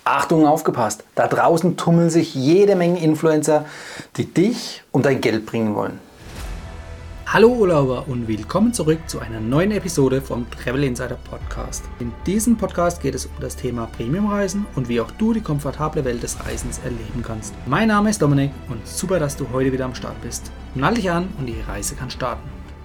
Achtung, aufgepasst! Da draußen tummeln sich jede Menge Influencer, die dich um dein Geld bringen wollen. Hallo Urlauber und willkommen zurück zu einer neuen Episode vom Travel Insider Podcast. In diesem Podcast geht es um das Thema Premiumreisen und wie auch du die komfortable Welt des Reisens erleben kannst. Mein Name ist Dominik und super, dass du heute wieder am Start bist. Nall dich an und die Reise kann starten.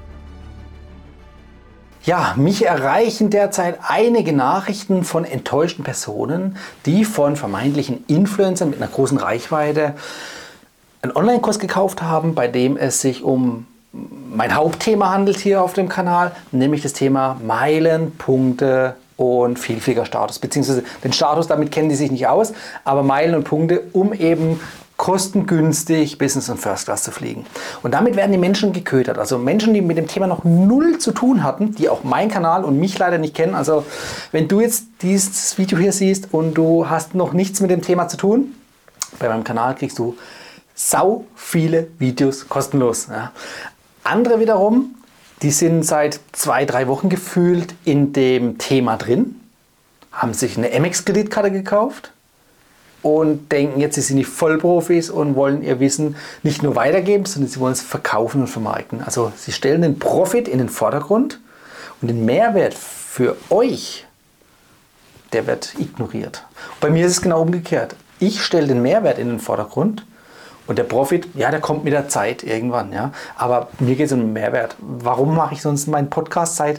Ja, mich erreichen derzeit einige Nachrichten von enttäuschten Personen, die von vermeintlichen Influencern mit einer großen Reichweite einen Online-Kurs gekauft haben, bei dem es sich um mein Hauptthema handelt hier auf dem Kanal, nämlich das Thema Meilen, Punkte und Vielfliegerstatus, beziehungsweise den Status, damit kennen die sich nicht aus, aber Meilen und Punkte, um eben kostengünstig Business und First Class zu fliegen. Und damit werden die Menschen geködert. Also Menschen, die mit dem Thema noch null zu tun hatten, die auch meinen Kanal und mich leider nicht kennen. Also wenn du jetzt dieses Video hier siehst und du hast noch nichts mit dem Thema zu tun, bei meinem Kanal kriegst du sau viele Videos kostenlos. Ja. Andere wiederum, die sind seit 2-3 Wochen gefühlt in dem Thema drin, haben sich eine Amex-Kreditkarte gekauft und denken jetzt, sie sind die Vollprofis und wollen ihr Wissen nicht nur weitergeben, sondern sie wollen es verkaufen und vermarkten. Also sie stellen den Profit in den Vordergrund und den Mehrwert für euch, der wird ignoriert. Und bei mir ist es genau umgekehrt. Ich stelle den Mehrwert in den Vordergrund und der Profit, ja, der kommt mit der Zeit irgendwann. Ja. Aber mir geht es um den Mehrwert. Warum mache ich sonst meinen Podcast seit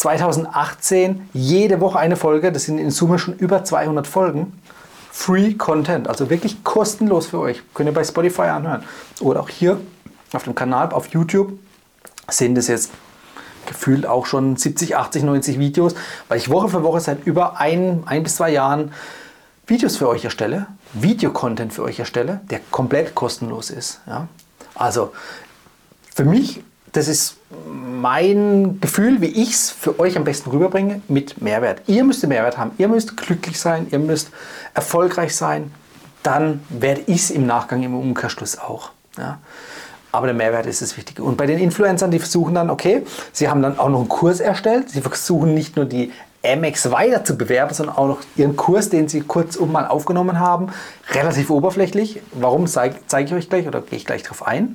2018 jede Woche eine Folge? Das sind in Summe schon über 200 Folgen. Free Content, also wirklich kostenlos für euch. Könnt ihr bei Spotify anhören. Oder auch hier auf dem Kanal, auf YouTube, sind es jetzt gefühlt auch schon 70, 80, 90 Videos, weil ich Woche für Woche seit über 1 bis 2 Jahren Videos für euch erstelle, Videocontent für euch erstelle, der komplett kostenlos ist. Ja? Also für mich, das ist mein Gefühl, wie ich es für euch am besten rüberbringe, mit Mehrwert. Ihr müsst den Mehrwert haben, ihr müsst glücklich sein, ihr müsst erfolgreich sein, dann werde ich es im Nachgang im Umkehrschluss auch. Ja? Aber der Mehrwert ist das Wichtige. Und bei den Influencern, die versuchen dann, okay, sie haben dann auch noch einen Kurs erstellt, sie versuchen nicht nur die Amex weiter zu bewerben, sondern auch noch ihren Kurs, den sie kurzum mal aufgenommen haben, relativ oberflächlich. Warum, zeige ich euch gleich oder gehe ich gleich drauf ein.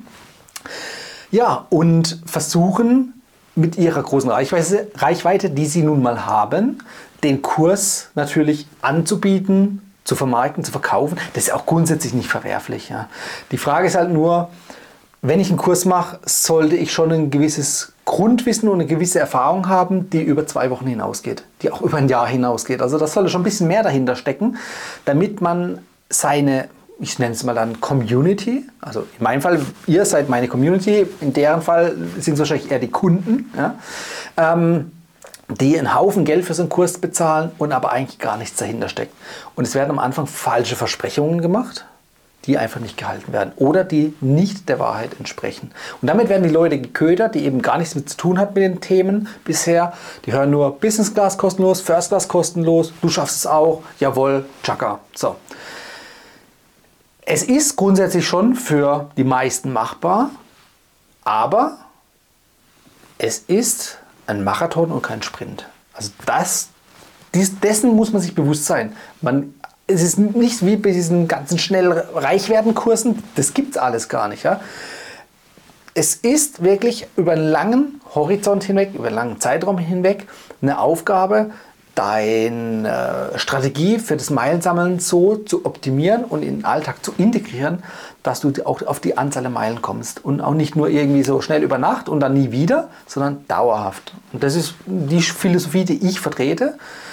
Ja, und versuchen mit ihrer großen Reichweite, die sie nun mal haben, den Kurs natürlich anzubieten, zu vermarkten, zu verkaufen. Das ist auch grundsätzlich nicht verwerflich. Ja. Die Frage ist halt nur, wenn ich einen Kurs mache, sollte ich schon ein gewisses Grundwissen und eine gewisse Erfahrung haben, die über 2 Wochen hinausgeht, die auch über ein Jahr hinausgeht. Also das sollte schon ein bisschen mehr dahinter stecken, damit man seine, ich nenne es mal dann Community, also in meinem Fall, ihr seid meine Community, in deren Fall sind es wahrscheinlich eher die Kunden, ja, die einen Haufen Geld für so einen Kurs bezahlen und aber eigentlich gar nichts dahinter steckt. Und es werden am Anfang falsche Versprechungen gemacht, die einfach nicht gehalten werden oder die nicht der Wahrheit entsprechen. Und damit werden die Leute geködert, die eben gar nichts mit zu tun haben mit den Themen bisher. Die hören nur Business Class kostenlos, First Class kostenlos, du schaffst es auch, jawohl, tschakka. So. Es ist grundsätzlich schon für die meisten machbar, aber es ist ein Marathon und kein Sprint. Also dessen muss man sich bewusst sein. Es ist nicht wie bei diesen ganzen schnell Reichwerden-Kursen, das gibt es alles gar nicht. Ja? Es ist wirklich über einen langen Horizont hinweg, über einen langen Zeitraum hinweg eine Aufgabe, deine Strategie für das Meilensammeln so zu optimieren und in den Alltag zu integrieren, dass du auch auf die Anzahl der Meilen kommst. Und auch nicht nur irgendwie so schnell über Nacht und dann nie wieder, sondern dauerhaft. Und das ist die Philosophie, die ich vertrete.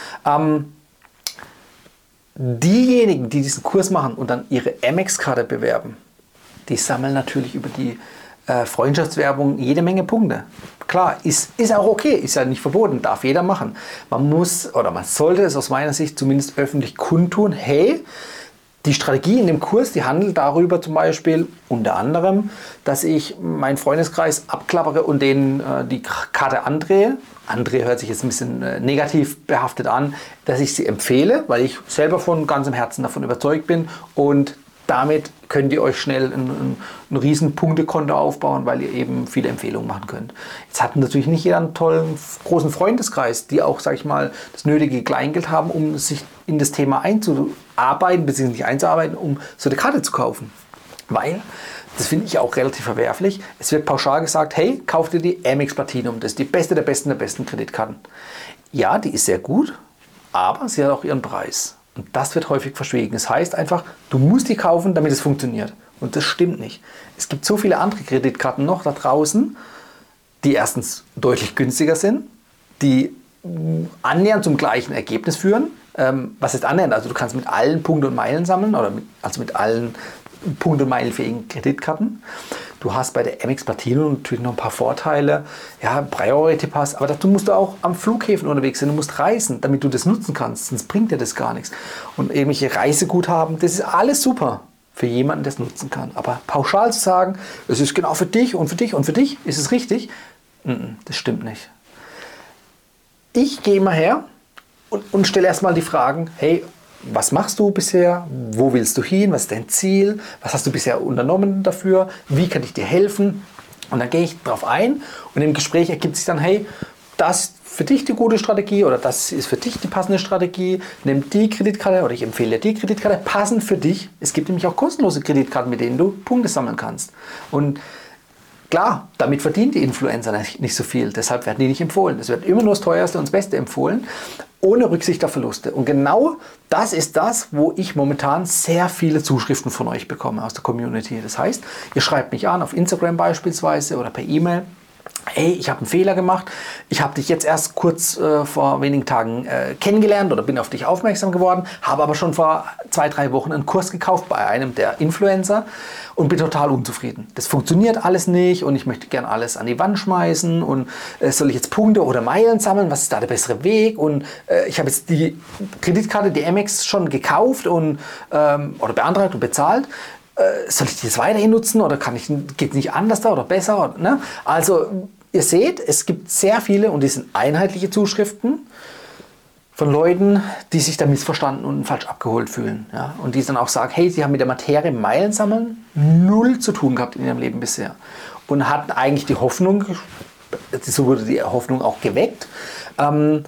Diejenigen, die diesen Kurs machen und dann ihre Amex-Karte bewerben, die sammeln natürlich über die Freundschaftswerbung jede Menge Punkte. Klar, ist auch okay, ist ja nicht verboten, darf jeder machen. Man muss oder man sollte es aus meiner Sicht zumindest öffentlich kundtun, hey, die Strategie in dem Kurs, die handelt darüber zum Beispiel unter anderem, dass ich meinen Freundeskreis abklappere und denen die Karte andrehe. Andrehe hört sich jetzt ein bisschen negativ behaftet an, dass ich sie empfehle, weil ich selber von ganzem Herzen davon überzeugt bin und damit könnt ihr euch schnell ein riesen Punktekonto aufbauen, weil ihr eben viele Empfehlungen machen könnt. Jetzt hat natürlich nicht jeder einen tollen, großen Freundeskreis, die auch, sage ich mal, das nötige Kleingeld haben, um sich in das Thema einzuarbeiten, beziehungsweise nicht einzuarbeiten, um so eine Karte zu kaufen. Weil, das finde ich auch relativ verwerflich, es wird pauschal gesagt, hey, kauf dir die Amex Platinum, das ist die beste der besten Kreditkarten. Ja, die ist sehr gut, aber sie hat auch ihren Preis. Und das wird häufig verschwiegen. Das heißt einfach, du musst die kaufen, damit es funktioniert. Und das stimmt nicht. Es gibt so viele andere Kreditkarten noch da draußen, die erstens deutlich günstiger sind, die annähernd zum gleichen Ergebnis führen. Was ist annähernd? Also du kannst mit allen Punkte und Meilen sammeln, oder mit allen Punkt- und meilenfähigen Kreditkarten. Du hast bei der Amex Platinum natürlich noch ein paar Vorteile. Ja, Priority Pass, aber dazu musst du auch am Flughäfen unterwegs sein. Du musst reisen, damit du das nutzen kannst. Sonst bringt dir das gar nichts. Und irgendwelche Reiseguthaben, das ist alles super für jemanden, der es nutzen kann. Aber pauschal zu sagen, es ist genau für dich und für dich und für dich, ist es richtig? Das stimmt nicht. Ich gehe mal her und stelle erstmal die Fragen, hey, was machst du bisher? Wo willst du hin? Was ist dein Ziel? Was hast du bisher unternommen dafür? Wie kann ich dir helfen? Und dann gehe ich darauf ein und im Gespräch ergibt sich dann, hey, das ist für dich die gute Strategie oder das ist für dich die passende Strategie. Nimm die Kreditkarte oder ich empfehle dir die Kreditkarte passend für dich. Es gibt nämlich auch kostenlose Kreditkarten, mit denen du Punkte sammeln kannst. Und klar, damit verdienen die Influencer nicht so viel, deshalb werden die nicht empfohlen. Es wird immer nur das Teuerste und das Beste empfohlen, ohne Rücksicht auf Verluste. Und genau das ist das, wo ich momentan sehr viele Zuschriften von euch bekomme aus der Community. Das heißt, ihr schreibt mich an, auf Instagram beispielsweise oder per E-Mail. Hey, ich habe einen Fehler gemacht, ich habe dich jetzt erst kurz vor wenigen Tagen kennengelernt oder bin auf dich aufmerksam geworden, habe aber schon vor 2-3 Wochen einen Kurs gekauft bei einem der Influencer und bin total unzufrieden. Das funktioniert alles nicht und ich möchte gern alles an die Wand schmeißen und soll ich jetzt Punkte oder Meilen sammeln, was ist da der bessere Weg? Und ich habe jetzt die Kreditkarte, die Amex, schon gekauft und, oder beantragt und bezahlt. Soll ich die jetzt weiterhin nutzen oder geht es nicht anders da oder besser? Ne? Also ihr seht, es gibt sehr viele und die sind einheitliche Zuschriften von Leuten, die sich da missverstanden und falsch abgeholt fühlen. Ja? Und die dann auch sagen, hey, sie haben mit der Materie Meilen sammeln null zu tun gehabt in ihrem Leben bisher. Und hatten eigentlich die Hoffnung, so wurde die Hoffnung auch geweckt, von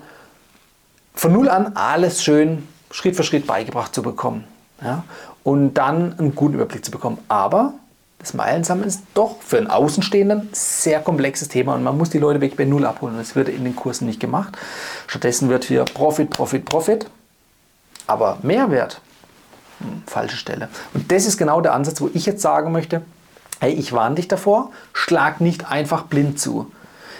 null an alles schön Schritt für Schritt beigebracht zu bekommen. Ja? Und dann einen guten Überblick zu bekommen. Aber das Meilensammeln ist doch für einen Außenstehenden ein sehr komplexes Thema und man muss die Leute wirklich bei Null abholen. Das wird in den Kursen nicht gemacht. Stattdessen wird hier Profit. Aber Mehrwert, falsche Stelle. Und das ist genau der Ansatz, wo ich jetzt sagen möchte, hey, ich warne dich davor, schlag nicht einfach blind zu.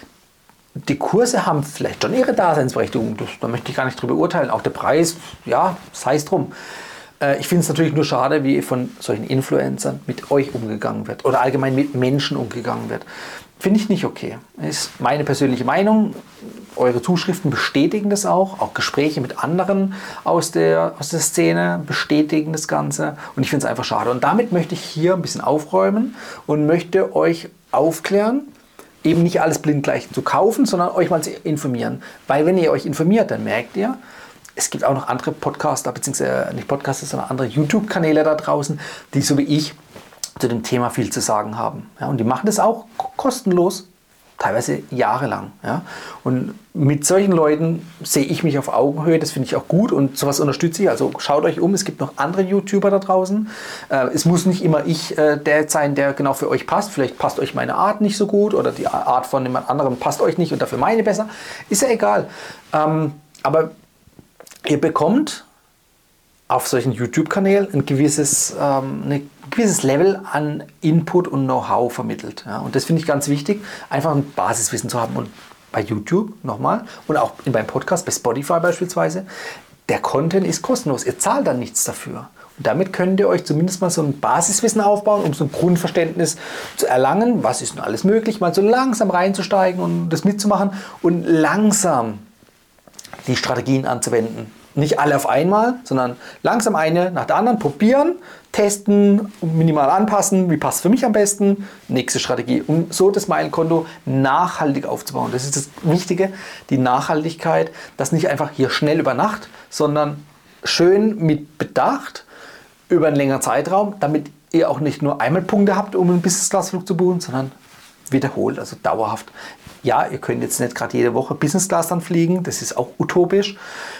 Die Kurse haben vielleicht schon ihre Daseinsberechtigung, da möchte ich gar nicht drüber urteilen. Auch der Preis, ja, sei es drum. Ich finde es natürlich nur schade, wie von solchen Influencern mit euch umgegangen wird oder allgemein mit Menschen umgegangen wird. Finde ich nicht okay. Das ist meine persönliche Meinung. Eure Zuschriften bestätigen das auch. Auch Gespräche mit anderen aus der Szene bestätigen das Ganze. Und ich finde es einfach schade. Und damit möchte ich hier ein bisschen aufräumen und möchte euch aufklären, eben nicht alles blind gleich zu kaufen, sondern euch mal zu informieren. Weil wenn ihr euch informiert, dann merkt ihr, es gibt auch noch andere Podcaster, beziehungsweise nicht Podcaster, sondern andere YouTube-Kanäle da draußen, die so wie ich zu dem Thema viel zu sagen haben. Ja, und die machen das auch kostenlos, teilweise jahrelang. Ja. Und mit solchen Leuten sehe ich mich auf Augenhöhe, das finde ich auch gut und sowas unterstütze ich. Also schaut euch um, es gibt noch andere YouTuber da draußen. Es muss nicht immer ich der sein, der genau für euch passt. Vielleicht passt euch meine Art nicht so gut oder die Art von jemand anderem passt euch nicht und dafür meine besser. Ist ja egal. Aber ihr bekommt auf solchen YouTube-Kanälen ein gewisses Level an Input und Know-how vermittelt. Ja? Und das finde ich ganz wichtig, einfach ein Basiswissen zu haben. Und bei YouTube nochmal und auch beim Podcast, bei Spotify beispielsweise, der Content ist kostenlos. Ihr zahlt dann nichts dafür. Und damit könnt ihr euch zumindest mal so ein Basiswissen aufbauen, um so ein Grundverständnis zu erlangen. Was ist denn alles möglich? Mal so langsam reinzusteigen und das mitzumachen und langsam die Strategien anzuwenden. Nicht alle auf einmal, sondern langsam eine nach der anderen probieren, testen, minimal anpassen, wie passt für mich am besten, nächste Strategie, um so das Meilenkonto nachhaltig aufzubauen. Das ist das Wichtige, die Nachhaltigkeit, das nicht einfach hier schnell über Nacht, sondern schön mit Bedacht über einen längeren Zeitraum, damit ihr auch nicht nur einmal Punkte habt, um einen Business-Class-Flug zu buchen, sondern wiederholt, also dauerhaft. Ja, ihr könnt jetzt nicht gerade jede Woche Business Class dann fliegen, das ist auch utopisch.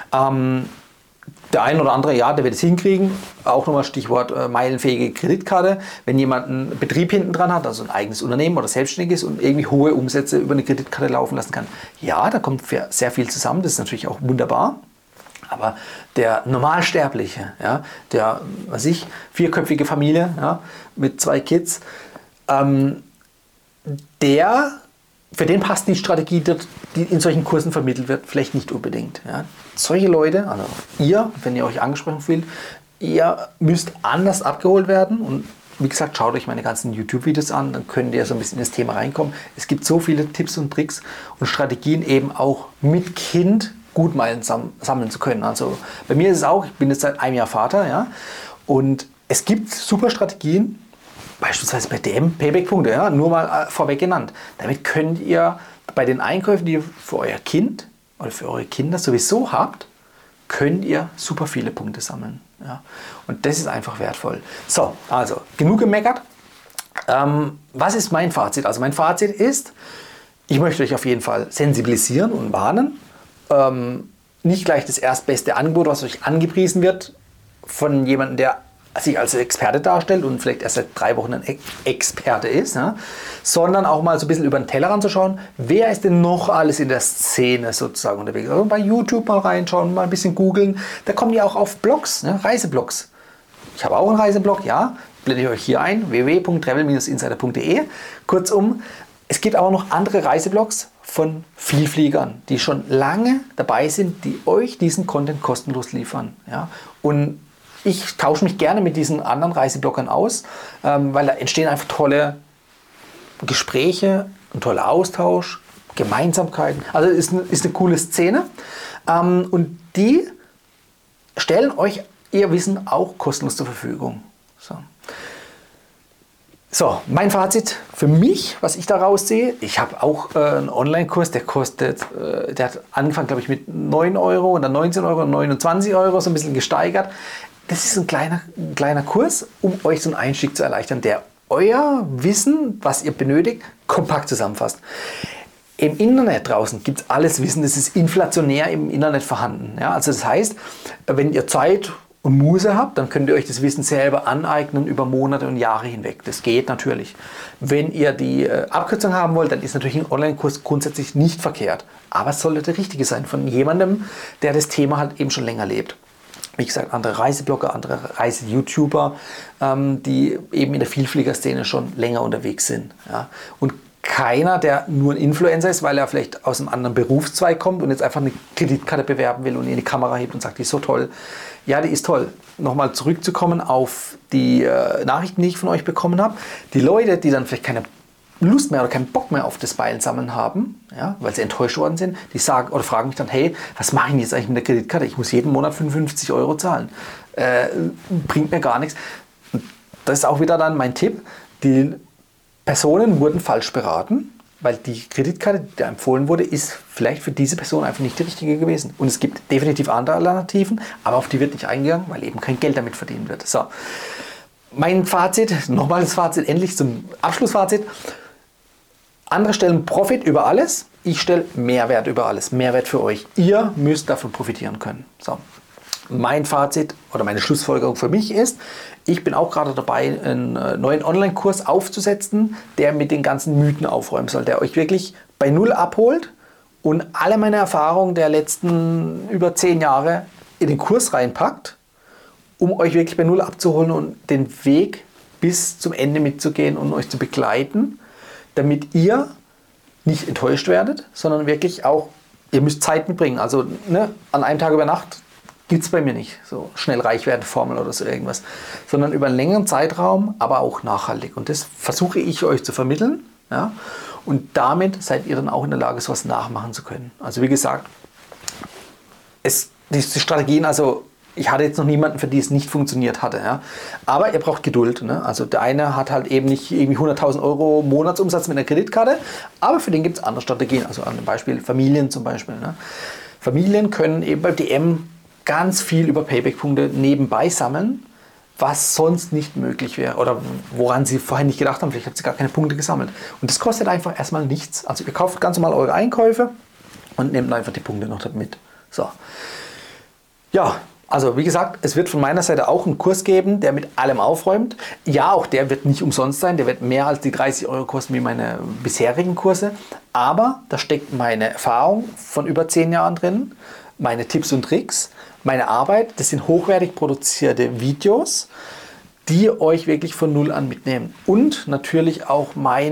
Der ein oder andere, ja, der wird es hinkriegen. Auch nochmal Stichwort meilenfähige Kreditkarte. Wenn jemand einen Betrieb hinten dran hat, also ein eigenes Unternehmen oder selbstständig ist und irgendwie hohe Umsätze über eine Kreditkarte laufen lassen kann, ja, da kommt sehr viel zusammen. Das ist natürlich auch wunderbar. Aber der Normalsterbliche, ja, der, vierköpfige Familie, ja, mit 2 Kids, für den passt die Strategie, die in solchen Kursen vermittelt wird, vielleicht nicht unbedingt. Ja. Solche Leute, also ihr, wenn ihr euch angesprochen fühlt, ihr müsst anders abgeholt werden. Und wie gesagt, schaut euch meine ganzen YouTube-Videos an, dann könnt ihr so ein bisschen in das Thema reinkommen. Es gibt so viele Tipps und Tricks und Strategien eben auch mit Kind Gutmeilen sammeln zu können. Also bei mir ist es auch, ich bin jetzt seit einem Jahr Vater, ja, und es gibt super Strategien, beispielsweise bei DM, Payback-Punkte, ja, nur mal vorweg genannt. Damit könnt ihr bei den Einkäufen, die ihr für euer Kind oder für eure Kinder sowieso habt, könnt ihr super viele Punkte sammeln. Ja. Und das ist einfach wertvoll. So, also genug gemeckert. Was ist mein Fazit? Also mein Fazit ist, ich möchte euch auf jeden Fall sensibilisieren und warnen. Nicht gleich das erstbeste Angebot, was euch angepriesen wird von jemandem, der sich als Experte darstellt und vielleicht erst seit 3 Wochen ein Experte ist, ja, sondern auch mal so ein bisschen über den Tellerrand zu schauen, wer ist denn noch alles in der Szene sozusagen unterwegs. Also bei YouTube mal reinschauen, mal ein bisschen googeln. Da kommen die auch auf Blogs, ne, Reiseblogs. Ich habe auch einen Reiseblog, ja, blende ich euch hier ein, www.travel-insider.de. Kurzum, es gibt aber noch andere Reiseblogs von Vielfliegern, die schon lange dabei sind, die euch diesen Content kostenlos liefern. Ja. Und ich tausche mich gerne mit diesen anderen Reisebloggern aus, weil da entstehen einfach tolle Gespräche, ein toller Austausch, Gemeinsamkeiten. Also ist eine coole Szene. Und die stellen euch ihr Wissen auch kostenlos zur Verfügung. So, mein Fazit für mich, was ich daraus sehe, ich habe auch einen Online-Kurs, der hat angefangen, glaube ich, mit 9 Euro und dann 19 Euro und 29 Euro, so ein bisschen gesteigert. Das ist ein kleiner Kurs, um euch so einen Einstieg zu erleichtern, der euer Wissen, was ihr benötigt, kompakt zusammenfasst. Im Internet draußen gibt es alles Wissen, das ist inflationär im Internet vorhanden. Ja, also das heißt, wenn ihr Zeit und Muße habt, dann könnt ihr euch das Wissen selber aneignen über Monate und Jahre hinweg. Das geht natürlich. Wenn ihr die Abkürzung haben wollt, dann ist natürlich ein Online-Kurs grundsätzlich nicht verkehrt. Aber es sollte der richtige sein von jemandem, der das Thema halt eben schon länger lebt. Wie gesagt, andere Reiseblogger, andere Reise-YouTuber, die eben in der Vielfliegerszene schon länger unterwegs sind. Ja. Und keiner, der nur ein Influencer ist, weil er vielleicht aus einem anderen Berufszweig kommt und jetzt einfach eine Kreditkarte bewerben will und in die Kamera hebt und sagt, die ist so toll. Ja, die ist toll. Nochmal zurückzukommen auf die Nachrichten, die ich von euch bekommen habe. Die Leute, die dann vielleicht keine Lust mehr oder keinen Bock mehr auf das Meilensammeln haben, ja, weil sie enttäuscht worden sind, die sagen oder fragen mich dann, hey, was mache ich denn jetzt eigentlich mit der Kreditkarte? Ich muss jeden Monat 55 Euro zahlen. Bringt mir gar nichts. Das ist auch wieder dann mein Tipp. Die Personen wurden falsch beraten, weil die Kreditkarte, die da empfohlen wurde, ist vielleicht für diese Person einfach nicht die richtige gewesen. Und es gibt definitiv andere Alternativen, aber auf die wird nicht eingegangen, weil eben kein Geld damit verdient wird. So, mein Fazit, nochmal das Fazit, endlich zum Abschlussfazit. Andere stellen Profit über alles, ich stelle Mehrwert über alles, Mehrwert für euch. Ihr müsst davon profitieren können. So. Mein Fazit oder meine Schlussfolgerung für mich ist, ich bin auch gerade dabei, einen neuen Online-Kurs aufzusetzen, der mit den ganzen Mythen aufräumen soll, der euch wirklich bei Null abholt und alle meine Erfahrungen der letzten über 10 Jahre in den Kurs reinpackt, um euch wirklich bei Null abzuholen und den Weg bis zum Ende mitzugehen und euch zu begleiten, damit ihr nicht enttäuscht werdet, sondern wirklich auch, ihr müsst Zeit mitbringen. Also an einem Tag über Nacht gibt es bei mir nicht, so schnell reich werden Formel oder so irgendwas, sondern über einen längeren Zeitraum, aber auch nachhaltig. Und das versuche ich euch zu vermitteln. Ja? Und damit seid ihr dann auch in der Lage, sowas nachmachen zu können. Also wie gesagt, die Strategien, also ich hatte jetzt noch niemanden, für die es nicht funktioniert hatte. Ja? Aber ihr braucht Geduld. Ne? Also der eine hat halt eben nicht irgendwie 100.000 Euro Monatsumsatz mit einer Kreditkarte, aber für den gibt es andere Strategien. Also an dem Beispiel Familien zum Beispiel. Ne? Familien können eben bei DM ganz viel über Payback-Punkte nebenbei sammeln, was sonst nicht möglich wäre oder woran Sie vorher nicht gedacht haben. Vielleicht haben Sie gar keine Punkte gesammelt. Und das kostet einfach erstmal nichts. Also ihr kauft ganz normal eure Einkäufe und nehmt einfach die Punkte noch mit. So. Ja, also wie gesagt, es wird von meiner Seite auch einen Kurs geben, der mit allem aufräumt. Ja, auch der wird nicht umsonst sein. Der wird mehr als die 30 € kosten wie meine bisherigen Kurse. Aber da steckt meine Erfahrung von über 10 Jahren drin, meine Tipps und Tricks, meine Arbeit. Das sind hochwertig produzierte Videos, die euch wirklich von Null an mitnehmen. Und natürlich auch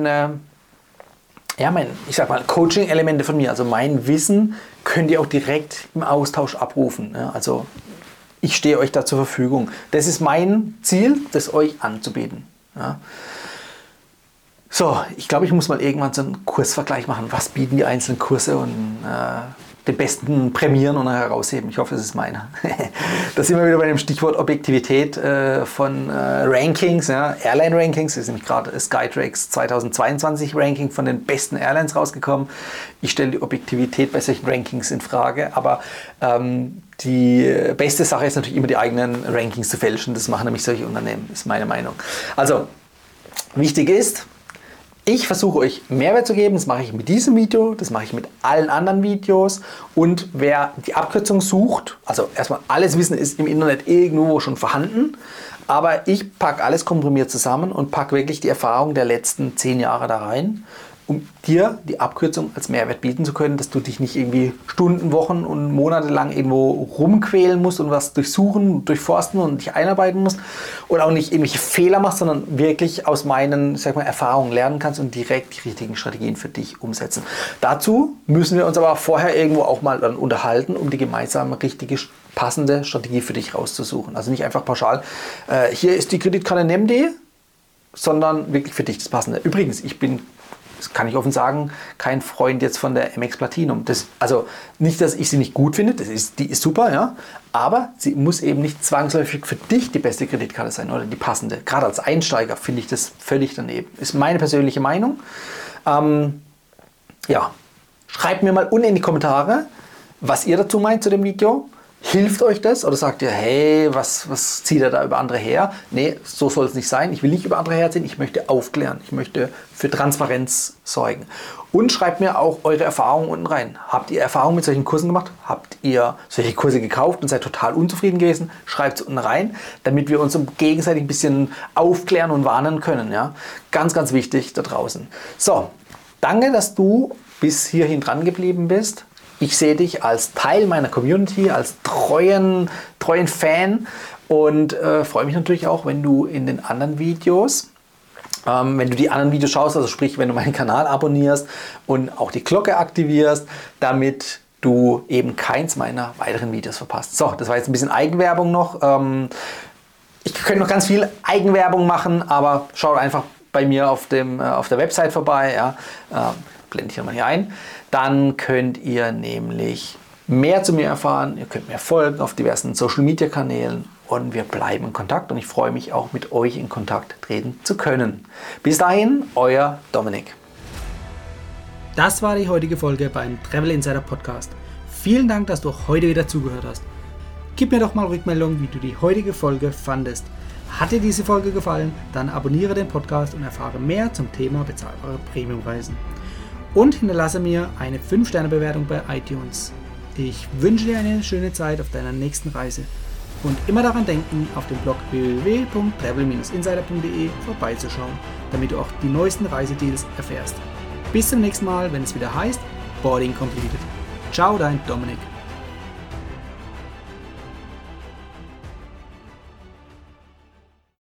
ich sag mal, Coaching-Elemente von mir. Also mein Wissen könnt ihr auch direkt im Austausch abrufen. Ja, also ich stehe euch da zur Verfügung. Das ist mein Ziel, das euch anzubieten. Ja. So, ich glaube, ich muss mal irgendwann so einen Kursvergleich machen. Was bieten die einzelnen Kurse und den besten prämieren und herausheben. Ich hoffe, es ist meiner. Da sind wir wieder bei dem Stichwort Objektivität von Rankings, ja, Airline-Rankings. Es ist nämlich gerade Skytrax 2022 Ranking von den besten Airlines rausgekommen. Ich stelle die Objektivität bei solchen Rankings in Frage, aber die beste Sache ist natürlich immer die eigenen Rankings zu fälschen. Das machen nämlich solche Unternehmen, ist meine Meinung. Also, wichtig ist, ich versuche euch Mehrwert zu geben, das mache ich mit diesem Video, das mache ich mit allen anderen Videos und wer die Abkürzung sucht, also erstmal alles Wissen ist im Internet irgendwo schon vorhanden, aber ich packe alles komprimiert zusammen und packe wirklich die Erfahrung der letzten 10 Jahre da rein, um dir die Abkürzung als Mehrwert bieten zu können, dass du dich nicht irgendwie Stunden, Wochen und Monate lang irgendwo rumquälen musst und was durchsuchen, durchforsten und dich einarbeiten musst oder auch nicht irgendwelche Fehler machst, sondern wirklich aus meinen, Erfahrungen lernen kannst und direkt die richtigen Strategien für dich umsetzen. Dazu müssen wir uns aber vorher irgendwo auch mal dann unterhalten, um die gemeinsame, richtige, passende Strategie für dich rauszusuchen. Also nicht einfach pauschal, hier ist die Kreditkarte, nimm die, sondern wirklich für dich das Passende. Übrigens, ich bin, das kann ich offen sagen, kein Freund jetzt von der MX Platinum. Also nicht, dass ich sie nicht gut finde, die ist super, ja, aber sie muss eben nicht zwangsläufig für dich die beste Kreditkarte sein oder die passende. Gerade als Einsteiger finde ich das völlig daneben. Ist meine persönliche Meinung. Schreibt mir mal unten in die Kommentare, was ihr dazu meint zu dem Video. Hilft euch das? Oder sagt ihr, hey, was zieht er da über andere her? Nee, so soll es nicht sein. Ich will nicht über andere herziehen, ich möchte aufklären. Ich möchte für Transparenz sorgen. Und schreibt mir auch eure Erfahrungen unten rein. Habt ihr Erfahrungen mit solchen Kursen gemacht? Habt ihr solche Kurse gekauft und seid total unzufrieden gewesen? Schreibt es unten rein, damit wir uns gegenseitig ein bisschen aufklären und warnen können. Ja? Ganz, ganz wichtig da draußen. So, danke, dass du bis hierhin dran geblieben bist. Ich sehe dich als Teil meiner Community, als treuen Fan und freue mich natürlich auch, wenn du in den anderen Videos, wenn du die anderen Videos schaust, also sprich, wenn du meinen Kanal abonnierst und auch die Glocke aktivierst, damit du eben keins meiner weiteren Videos verpasst. So, das war jetzt ein bisschen Eigenwerbung noch. Ich könnte noch ganz viel Eigenwerbung machen, aber schaut einfach bei mir auf der Website vorbei. Ja. Blende ich mal hier ein. Dann könnt ihr nämlich mehr zu mir erfahren. Ihr könnt mir folgen auf diversen Social-Media-Kanälen und wir bleiben in Kontakt und ich freue mich auch mit euch in Kontakt treten zu können. Bis dahin, euer Dominik. Das war die heutige Folge beim Travel Insider Podcast. Vielen Dank, dass du heute wieder zugehört hast. Gib mir doch mal Rückmeldung, wie du die heutige Folge fandest. Hat dir diese Folge gefallen, dann abonniere den Podcast und erfahre mehr zum Thema bezahlbare Premiumreisen. Und hinterlasse mir eine 5-Sterne-Bewertung bei iTunes. Ich wünsche dir eine schöne Zeit auf deiner nächsten Reise. Und immer daran denken, auf dem Blog www.travel-insider.de vorbeizuschauen, damit du auch die neuesten Reisedeals erfährst. Bis zum nächsten Mal, wenn es wieder heißt Boarding Completed. Ciao, dein Dominik.